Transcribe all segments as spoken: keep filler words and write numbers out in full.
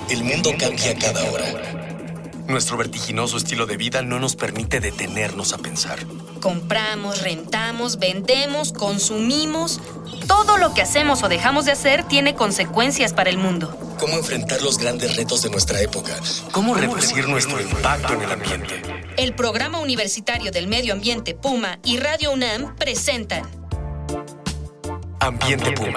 El mundo cambia cada hora. Nuestro vertiginoso estilo de vida no nos permite detenernos a pensar. Compramos, rentamos, vendemos, consumimos. Todo lo que hacemos o dejamos de hacer tiene consecuencias para el mundo. ¿Cómo enfrentar los grandes retos de nuestra época? ¿Cómo reducir nuestro impacto en el ambiente? El Programa Universitario del Medio Ambiente Puma y Radio UNAM presentan Ambiente Puma.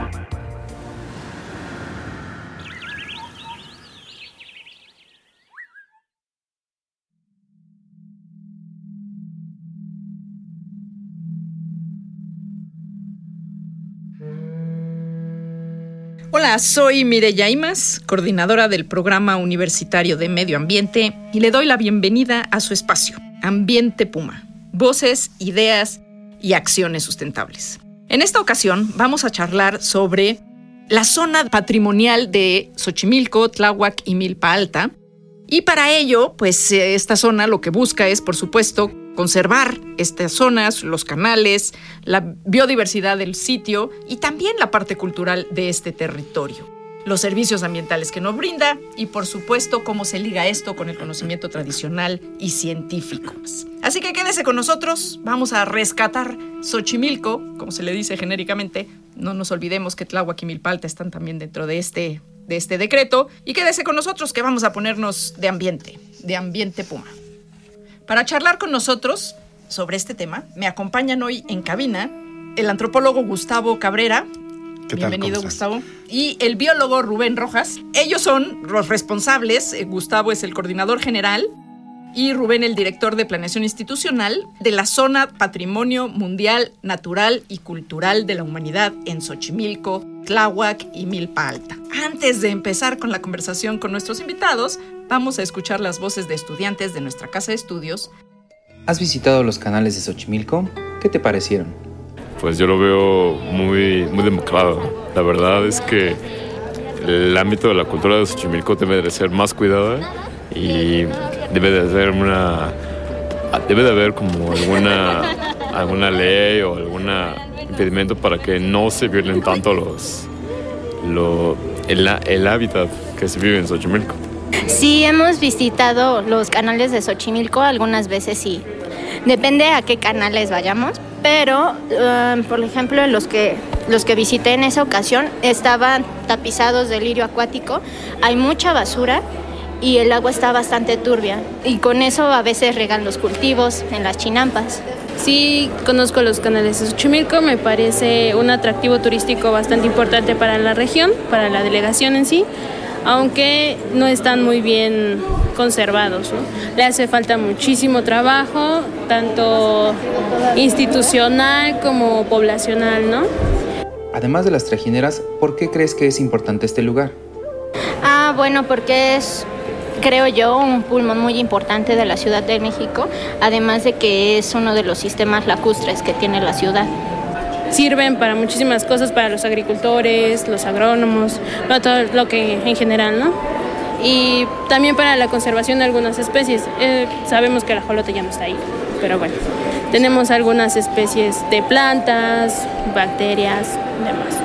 Hola, soy Mireya Imas, coordinadora del Programa Universitario de Medio Ambiente, y le doy la bienvenida a su espacio, Ambiente Puma, voces, ideas y acciones sustentables. En esta ocasión vamos a charlar sobre la zona patrimonial de Xochimilco, Tláhuac y Milpa Alta, y para ello, pues esta zona lo que busca es, por supuesto, conservar estas zonas, los canales, la biodiversidad del sitio y también la parte cultural de este territorio, los servicios ambientales que nos brinda y, por supuesto, cómo se liga esto con el conocimiento tradicional y científico. Así que quédese con nosotros, vamos a rescatar Xochimilco, como se le dice genéricamente. No nos olvidemos que Tláhuac y Milpa Alta están también dentro de este, de este decreto, y quédese con nosotros que vamos a ponernos de ambiente, de Ambiente Puma. Para charlar con nosotros sobre este tema, me acompañan hoy en cabina el antropólogo Gustavo Cabrera. ¿Qué Bienvenido, tal? Gustavo. Y el biólogo Rubén Rojas. Ellos son los responsables. Gustavo es el coordinador general y Rubén el director de planeación institucional de la zona Patrimonio Mundial Natural y Cultural de la Humanidad en Xochimilco, Tláhuac y Milpa Alta. Antes de empezar con la conversación con nuestros invitados, vamos a escuchar las voces de estudiantes de nuestra casa de estudios. ¿Has visitado los canales de Xochimilco? ¿Qué te parecieron? Pues yo lo veo muy, muy demacrado. La verdad es que el ámbito de la cultura de Xochimilco debe de ser más cuidada y debe de ser una, debe de haber como alguna, alguna ley o algún impedimento para que no se violen tanto los, lo, el, el hábitat que se vive en Xochimilco. Sí, hemos visitado los canales de Xochimilco algunas veces, sí. Depende a qué canales vayamos, pero, uh, por ejemplo, los que, los que visité en esa ocasión estaban tapizados de lirio acuático, hay mucha basura y el agua está bastante turbia, y con eso a veces regan los cultivos en las chinampas. Sí, conozco los canales de Xochimilco, me parece un atractivo turístico bastante importante para la región, para la delegación en sí, aunque no están muy bien conservados, ¿no? Le hace falta muchísimo trabajo, tanto institucional como poblacional, ¿no? Además de las trajineras, ¿por qué crees que es importante este lugar? Ah, bueno, porque es, creo yo, un pulmón muy importante de la Ciudad de México, además de que es uno de los sistemas lacustres que tiene la ciudad. Sirven para muchísimas cosas, para los agricultores, los agrónomos, para todo lo que en general, ¿no? Y también para la conservación de algunas especies. Eh, sabemos que el ajolote ya no está ahí, pero bueno, tenemos algunas especies de plantas, bacterias, demás.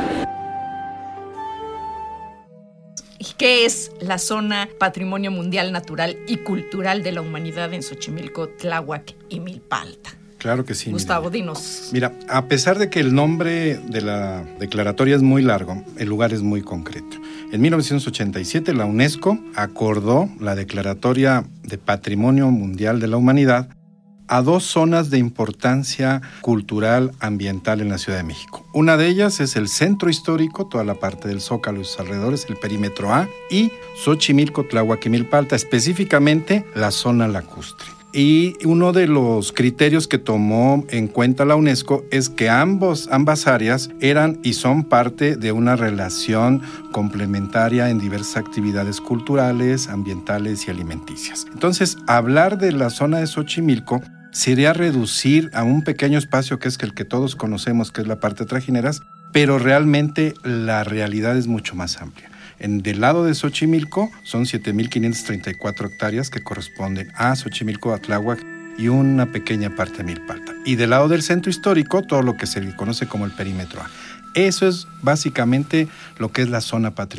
¿Qué es la zona Patrimonio Mundial Natural y Cultural de la Humanidad en Xochimilco, Tláhuac y Milpa Alta? Claro que sí. Gustavo, mira. dinos. Mira, a pesar de que el nombre de la declaratoria es muy largo, el lugar es muy concreto. En mil novecientos ochenta y siete la UNESCO acordó la declaratoria de Patrimonio Mundial de la Humanidad a dos zonas de importancia cultural ambiental en la Ciudad de México. Una de ellas es el centro histórico, toda la parte del Zócalo y sus alrededores, el perímetro A, y Xochimilco, Tláhuac y Milpa Alta, específicamente la zona lacustre. Y uno de los criterios que tomó en cuenta la UNESCO es que ambos, ambas áreas eran y son parte de una relación complementaria en diversas actividades culturales, ambientales y alimenticias. Entonces, hablar de la zona de Xochimilco sería reducir a un pequeño espacio que es el que todos conocemos, que es la parte de trajineras, pero realmente la realidad es mucho más amplia. En, del lado de Xochimilco son siete mil quinientas treinta y cuatro hectáreas que corresponden a Xochimilco, a Tláhuac y una pequeña parte de Milpa Alta. Y del lado del centro histórico, todo lo que se conoce como el perímetro A. Eso es básicamente lo que es la zona patrimonio.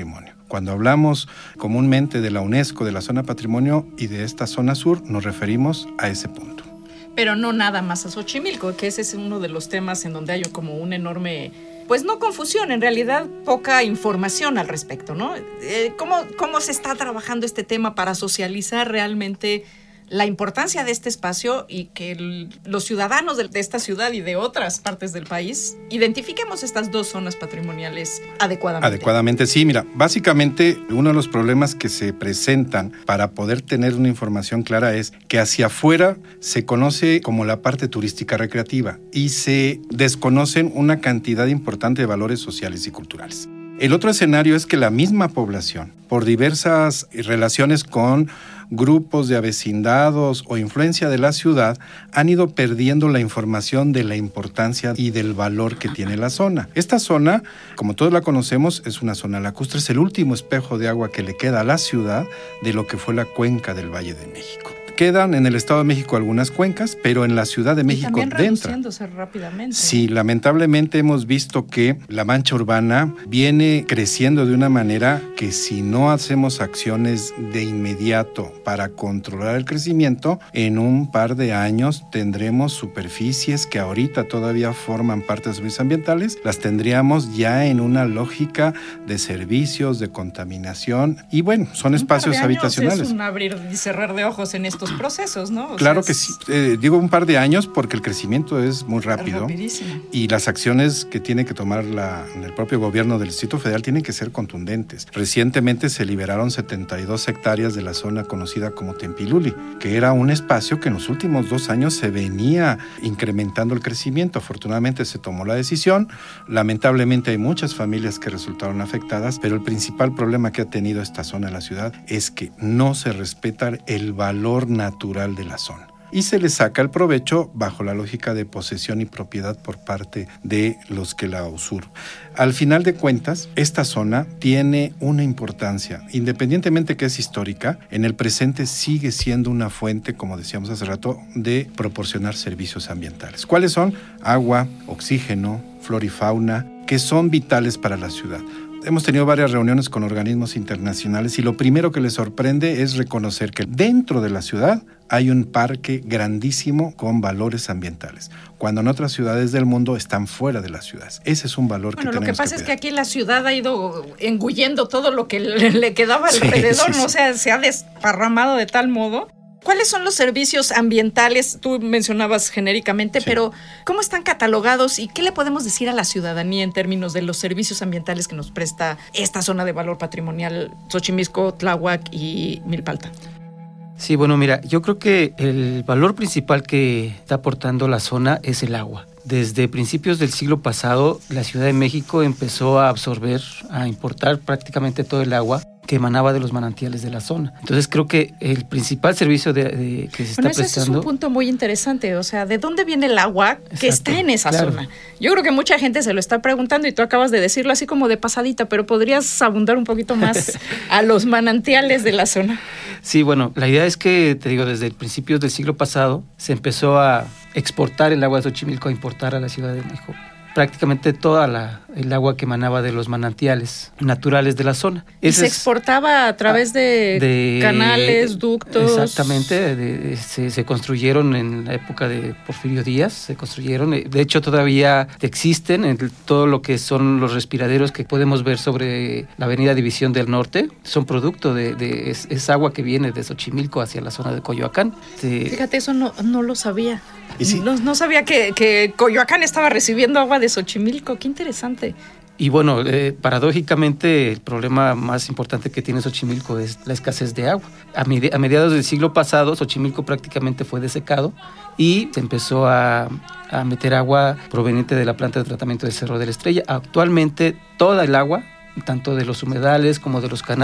Cuando hablamos comúnmente de la UNESCO, de la zona patrimonio y de esta zona sur, nos referimos a ese punto. Pero no nada más a Xochimilco, que ese es uno de los temas en donde hay como un enorme, pues no confusión, en realidad poca información al respecto, ¿no? Eh, ¿cómo, ¿Cómo se está trabajando este tema para socializar realmente la importancia de este espacio y que el, los ciudadanos de, de esta ciudad y de otras partes del país identifiquemos estas dos zonas patrimoniales adecuadamente? Adecuadamente, sí. Mira, básicamente uno de los problemas que se presentan para poder tener una información clara es que hacia afuera se conoce como la parte turística recreativa y se desconocen una cantidad importante de valores sociales y culturales. El otro escenario es que la misma población, por diversas relaciones con grupos de avecindados o influencia de la ciudad, han ido perdiendo la información de la importancia y del valor que tiene la zona. Esta zona, como todos la conocemos, es una zona lacustre, es el último espejo de agua que le queda a la ciudad de lo que fue la cuenca del Valle de México. Quedan en el Estado de México algunas cuencas, pero en la Ciudad de México y también dentro. reduciéndose rápidamente. Sí, lamentablemente hemos visto que la mancha urbana viene creciendo de una manera que si no hacemos acciones de inmediato para controlar el crecimiento, en un par de años tendremos superficies que ahorita todavía forman parte de servicios ambientales, las tendríamos ya en una lógica de servicios, de contaminación y bueno, son espacios un par de años habitacionales. Es un abrir y cerrar de ojos en estos procesos, ¿no? O claro sea, que sí. Eh, digo un par de años porque el crecimiento es muy rápido. Rapidísimo. Y las acciones que tiene que tomar la, el propio gobierno del Distrito Federal tienen que ser contundentes. Recientemente se liberaron setenta y dos hectáreas de la zona conocida como Tempiluli, que era un espacio que en los últimos dos años se venía incrementando el crecimiento. Afortunadamente se tomó la decisión. Lamentablemente hay muchas familias que resultaron afectadas, pero el principal problema que ha tenido esta zona de la ciudad es que no se respeta el valor natural de la zona y se le saca el provecho bajo la lógica de posesión y propiedad por parte de los que la usurpan. Al final de cuentas, esta zona tiene una importancia, independientemente que es histórica, en el presente sigue siendo una fuente, como decíamos hace rato, de proporcionar servicios ambientales. ¿Cuáles son? Agua, oxígeno, flora y fauna, que son vitales para la ciudad. Hemos tenido varias reuniones con organismos internacionales y lo primero que les sorprende es reconocer que dentro de la ciudad hay un parque grandísimo con valores ambientales, cuando en otras ciudades del mundo están fuera de las ciudades. Ese es un valor bueno, que tenemos que Lo que pasa que es que aquí la ciudad ha ido engullendo todo lo que le, le quedaba alrededor, sí, sí, ¿no? O sea, se ha desparramado de tal modo. ¿Cuáles son los servicios ambientales? Tú mencionabas genéricamente, sí. Pero ¿cómo están catalogados y qué le podemos decir a la ciudadanía en términos de los servicios ambientales que nos presta esta zona de valor patrimonial, Xochimilco, Tláhuac y Milpalta? Sí, bueno, mira, yo creo que el valor principal que está aportando la zona es el agua. Desde principios del siglo pasado, la Ciudad de México empezó a absorber, a importar prácticamente todo el agua que emanaba de los manantiales de la zona. Entonces creo que el principal servicio de, de, que se bueno, está ese prestando... es un punto muy interesante, o sea, ¿de dónde viene el agua que Exacto, está en esa claro. zona? Yo creo que mucha gente se lo está preguntando y tú acabas de decirlo así como de pasadita, pero podrías abundar un poquito más a los manantiales de la zona. Sí, bueno, la idea es que, te digo, desde principios del siglo pasado se empezó a exportar el agua de Xochimilco, a importar a la Ciudad de México prácticamente toda la, el agua que emanaba de los manantiales naturales de la zona. ¿Y se es, exportaba a través de, de canales, ductos? Exactamente, de, se, se construyeron en la época de Porfirio Díaz, se construyeron, de hecho todavía existen en todo lo que son los respiraderos que podemos ver sobre la avenida División del Norte, son producto de, de es, es agua que viene de Xochimilco hacia la zona de Coyoacán. De, Fíjate, eso no, no lo sabía. ¿Y sí? no, no sabía que, que Coyoacán estaba recibiendo agua de Xochimilco, qué interesante. Y bueno, eh, paradójicamente el problema más importante que tiene Xochimilco es la escasez de agua. A, med- a mediados del siglo pasado, Xochimilco prácticamente fue desecado y se empezó a, a meter agua proveniente de la planta de tratamiento del Cerro de la Estrella. Actualmente toda el agua, tanto de los humedales como de los canales,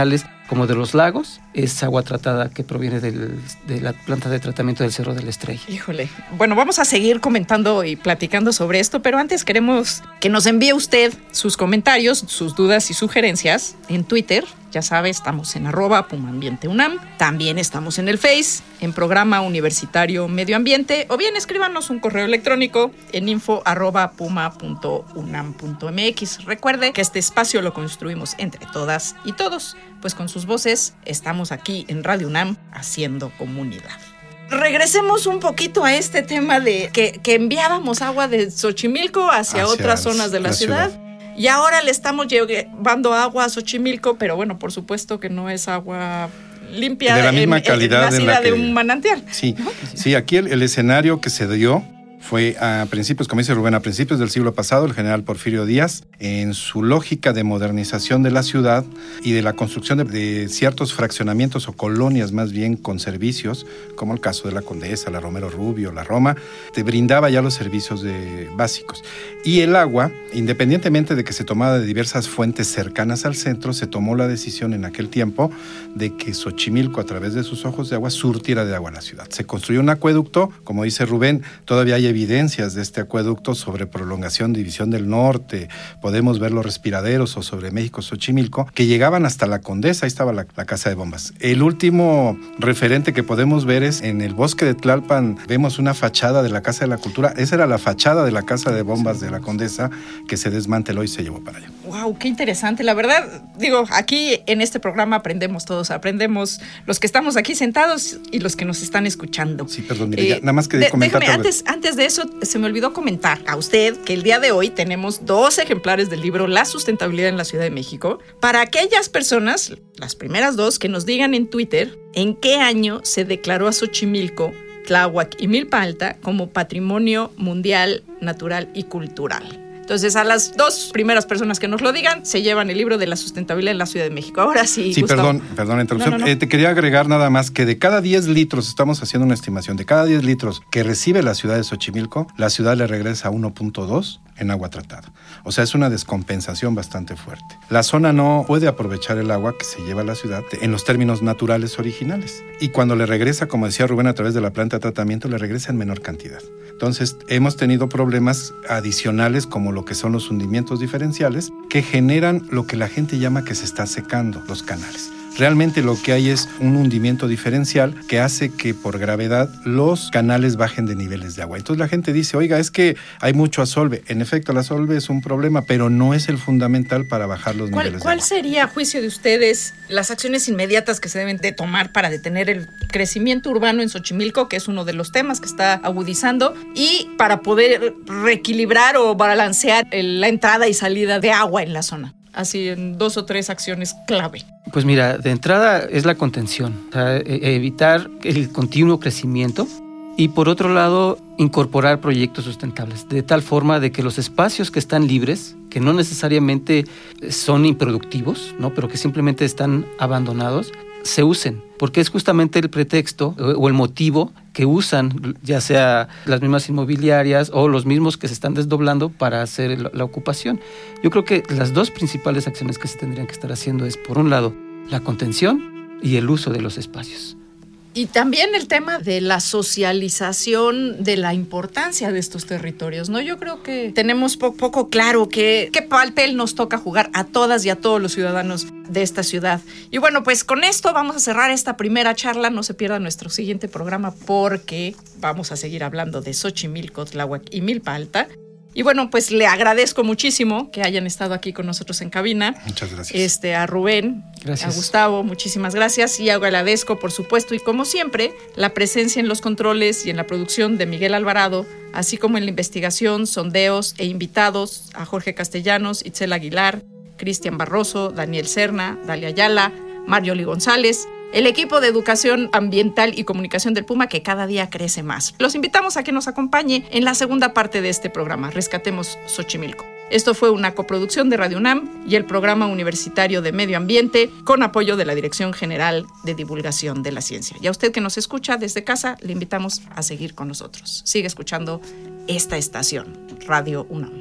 como de los lagos, es agua tratada que proviene del, de la planta de tratamiento del Cerro de la Estrella. Híjole. Bueno, vamos a seguir comentando y platicando sobre esto, pero antes queremos que nos envíe usted sus comentarios, sus dudas y sugerencias en Twitter. Ya sabe, estamos en arroba Puma Ambiente UNAM. También estamos en el Face, en Programa Universitario Medio Ambiente, o bien escríbanos un correo electrónico en info arroba puma punto unam punto mx. Recuerde que este espacio lo construimos entre todas y todos, pues con sus voces estamos aquí en Radio UNAM haciendo comunidad. Regresemos un poquito a este tema de que, que enviábamos agua de Xochimilco hacia, hacia otras zonas de la, la ciudad. ciudad. Y ahora le estamos llevando agua a Xochimilco, pero bueno, por supuesto que no es agua limpia, de la misma en, calidad en, en la que, de un manantial. Sí, ¿no? Sí, aquí el, el escenario que se dio fue a principios, como dice Rubén, a principios del siglo pasado, el general Porfirio Díaz, en su lógica de modernización de la ciudad y de la construcción de, de ciertos fraccionamientos o colonias más bien con servicios, como el caso de la Condesa, la Romero Rubio, la Roma, te brindaba ya los servicios de, básicos. Y el agua, independientemente de que se tomaba de diversas fuentes cercanas al centro, se tomó la decisión en aquel tiempo de que Xochimilco, a través de sus ojos de agua, surtiera de agua a la ciudad. Se construyó un acueducto, como dice Rubén, todavía hay evidencias de este acueducto sobre prolongación, división del norte, podemos ver los respiraderos o sobre México, Xochimilco, que llegaban hasta la Condesa, ahí estaba la, la casa de bombas. El último referente que podemos ver es en el bosque de Tlalpan, vemos una fachada de la Casa de la Cultura, esa era la fachada de la casa de bombas de la Condesa que se desmanteló y se llevó para allá. Wow, qué interesante, la verdad, digo, aquí en este programa aprendemos todos, aprendemos los que estamos aquí sentados y los que nos están escuchando. Sí, perdón, mire, eh, ya, nada más que de, comentar. Déjame, antes, antes de eso, se me olvidó comentar a usted que el día de hoy tenemos dos ejemplares del libro La Sustentabilidad en la Ciudad de México para aquellas personas, las primeras dos, que nos digan en Twitter en qué año se declaró a Xochimilco, Tláhuac y Milpa Alta como Patrimonio Mundial Natural y Cultural. Entonces, a las dos primeras personas que nos lo digan, se llevan el libro de la sustentabilidad en la Ciudad de México. Ahora sí, Sí, Gustavo. perdón, perdón la interrupción. No, no, no. Eh, te quería agregar nada más que de cada diez litros, estamos haciendo una estimación, de cada diez litros que recibe la ciudad de Xochimilco, la ciudad le regresa uno punto dos en agua tratada. O sea, es una descompensación bastante fuerte. La zona no puede aprovechar el agua que se lleva a la ciudad en los términos naturales originales. Y cuando le regresa, como decía Rubén, a través de la planta de tratamiento, le regresa en menor cantidad. Entonces, hemos tenido problemas adicionales como lo que son los hundimientos diferenciales que generan lo que la gente llama que se está secando los canales. Realmente lo que hay es un hundimiento diferencial que hace que por gravedad los canales bajen de niveles de agua. Entonces la gente dice, oiga, es que hay mucho asolve. En efecto, el asolve es un problema, pero no es el fundamental para bajar los ¿Cuál, niveles ¿Cuál de agua. sería, a juicio de ustedes, las acciones inmediatas que se deben de tomar para detener el crecimiento urbano en Xochimilco, que es uno de los temas que está agudizando, y para poder reequilibrar o balancear el, la entrada y salida de agua en la zona? Así en dos o tres acciones clave. Pues mira, de entrada es la contención, o sea, e- evitar el continuo crecimiento y por otro lado incorporar proyectos sustentables, de tal forma de que los espacios que están libres, que no necesariamente son improductivos, ¿no? pero que simplemente están abandonados, se usen, porque es justamente el pretexto o el motivo que usan, ya sea las mismas inmobiliarias o los mismos que se están desdoblando para hacer la, la ocupación. Yo creo que las dos principales acciones que se tendrían que estar haciendo es, por un lado, la contención y el uso de los espacios. Y también el tema de la socialización de la importancia de estos territorios, ¿no? Yo creo que tenemos po- poco claro qué, qué papel nos toca jugar a todas y a todos los ciudadanos de esta ciudad. Y bueno, pues con esto vamos a cerrar esta primera charla. No se pierda nuestro siguiente programa porque vamos a seguir hablando de Xochimilco, Tláhuac y Milpa Alta. Y bueno, pues le agradezco muchísimo que hayan estado aquí con nosotros en cabina. Muchas gracias. Este, a Rubén, Gracias. a Gustavo, muchísimas gracias. Y agradezco, por supuesto, y como siempre, la presencia en los controles y en la producción de Miguel Alvarado, así como en la investigación, sondeos e invitados a Jorge Castellanos, Itzel Aguilar, Cristian Barroso, Daniel Serna, Dalia Ayala, Mario Oli González, el equipo de Educación Ambiental y Comunicación del Puma, que cada día crece más. Los invitamos a que nos acompañe en la segunda parte de este programa, Rescatemos Xochimilco. Esto fue una coproducción de Radio UNAM y el Programa Universitario de Medio Ambiente, con apoyo de la Dirección General de Divulgación de la Ciencia. Y a usted que nos escucha desde casa, le invitamos a seguir con nosotros. Sigue escuchando esta estación, Radio UNAM.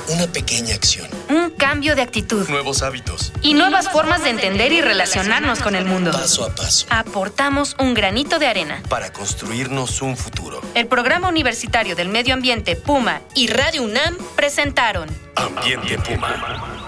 Una pequeña acción. Un cambio de actitud. Nuevos hábitos. Y nuevas formas de entender y relacionarnos con el mundo. Paso a paso. Aportamos un granito de arena. Para construirnos un futuro. El Programa Universitario del Medio Ambiente Puma y Radio UNAM presentaron Ambiente Puma.